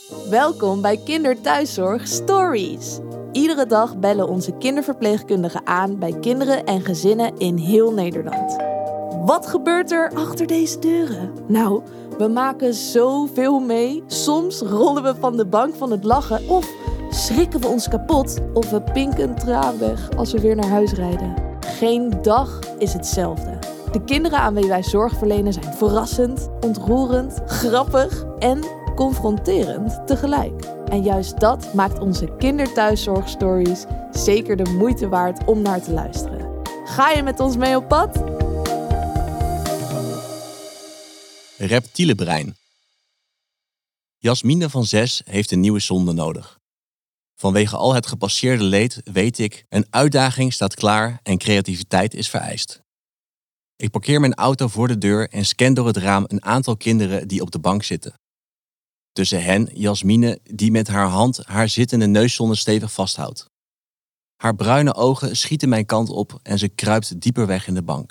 Welkom bij Kinderthuiszorg Stories. Iedere dag bellen onze kinderverpleegkundigen aan bij kinderen en gezinnen in heel Nederland. Wat gebeurt er achter deze deuren? Nou, we maken zoveel mee. Soms rollen we van de bank van het lachen of schrikken we ons kapot of we pinken een traan weg als we weer naar huis rijden. Geen dag is hetzelfde. De kinderen aan wie wij zorg verlenen zijn verrassend, ontroerend, grappig en confronterend tegelijk. En juist dat maakt onze Kinderthuiszorg-stories zeker de moeite waard om naar te luisteren. Ga je met ons mee op pad? Reptiele brein. Jasmine van 6 heeft een nieuwe zonde nodig. Vanwege al het gepasseerde leed weet ik, een uitdaging staat klaar en creativiteit is vereist. Ik parkeer mijn auto voor de deur en scan door het raam een aantal kinderen die op de bank zitten. Tussen hen Jasmine die met haar hand haar zittende neuszonde stevig vasthoudt. Haar bruine ogen schieten mijn kant op en ze kruipt dieper weg in de bank.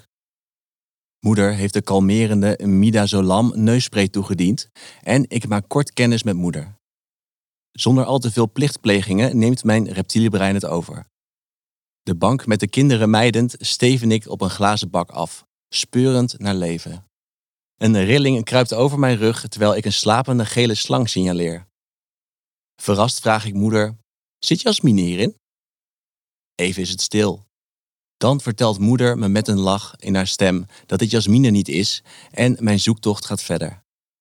Moeder heeft de kalmerende midazolam neusspray toegediend en ik maak kort kennis met moeder. Zonder al te veel plichtplegingen neemt mijn reptiele brein het over. De bank met de kinderen mijdend steven ik op een glazen bak af, speurend naar leven. Een rilling kruipt over mijn rug terwijl ik een slapende gele slang signaleer. Verrast vraag ik moeder, zit Jasmine hierin? Even is het stil. Dan vertelt moeder me met een lach in haar stem dat dit Jasmine niet is en mijn zoektocht gaat verder.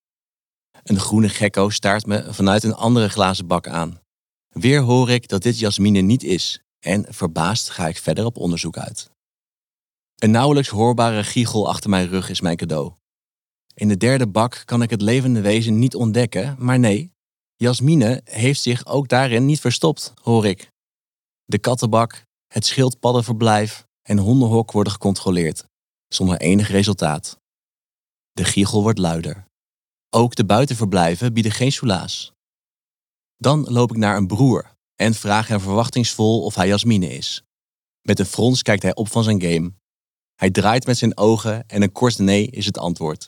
Een groene gekko staart me vanuit een andere glazen bak aan. Weer hoor ik dat dit Jasmine niet is en verbaasd ga ik verder op onderzoek uit. Een nauwelijks hoorbare giechel achter mijn rug is mijn cadeau. In de derde bak kan ik het levende wezen niet ontdekken, maar nee, Jasmine heeft zich ook daarin niet verstopt, hoor ik. De kattenbak, het schildpaddenverblijf en hondenhok worden gecontroleerd, zonder enig resultaat. De giechel wordt luider. Ook de buitenverblijven bieden geen soelaas. Dan loop ik naar een broer en vraag hem verwachtingsvol of hij Jasmine is. Met een frons kijkt hij op van zijn game. Hij draait met zijn ogen en een kort nee is het antwoord.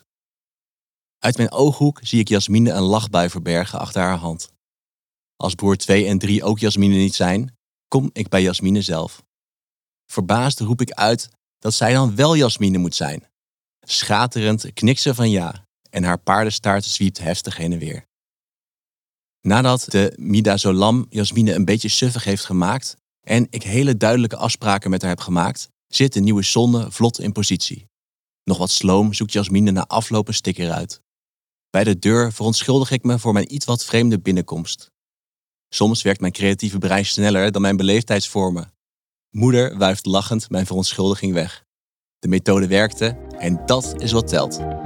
Uit mijn ooghoek zie ik Jasmine een lachbui verbergen achter haar hand. Als broer 2 en 3 ook Jasmine niet zijn, kom ik bij Jasmine zelf. Verbaasd roep ik uit dat zij dan wel Jasmine moet zijn. Schaterend knikt ze van ja en haar paardenstaart zwiept heftig heen en weer. Nadat de midazolam Jasmine een beetje suffig heeft gemaakt en ik hele duidelijke afspraken met haar heb gemaakt, zit de nieuwe zonde vlot in positie. Nog wat sloom zoekt Jasmine na afloop een sticker uit. Bij de deur verontschuldig ik me voor mijn iets wat vreemde binnenkomst. Soms werkt mijn creatieve brein sneller dan mijn beleefdheidsvormen. Moeder wuift lachend mijn verontschuldiging weg. De methode werkte en dat is wat telt.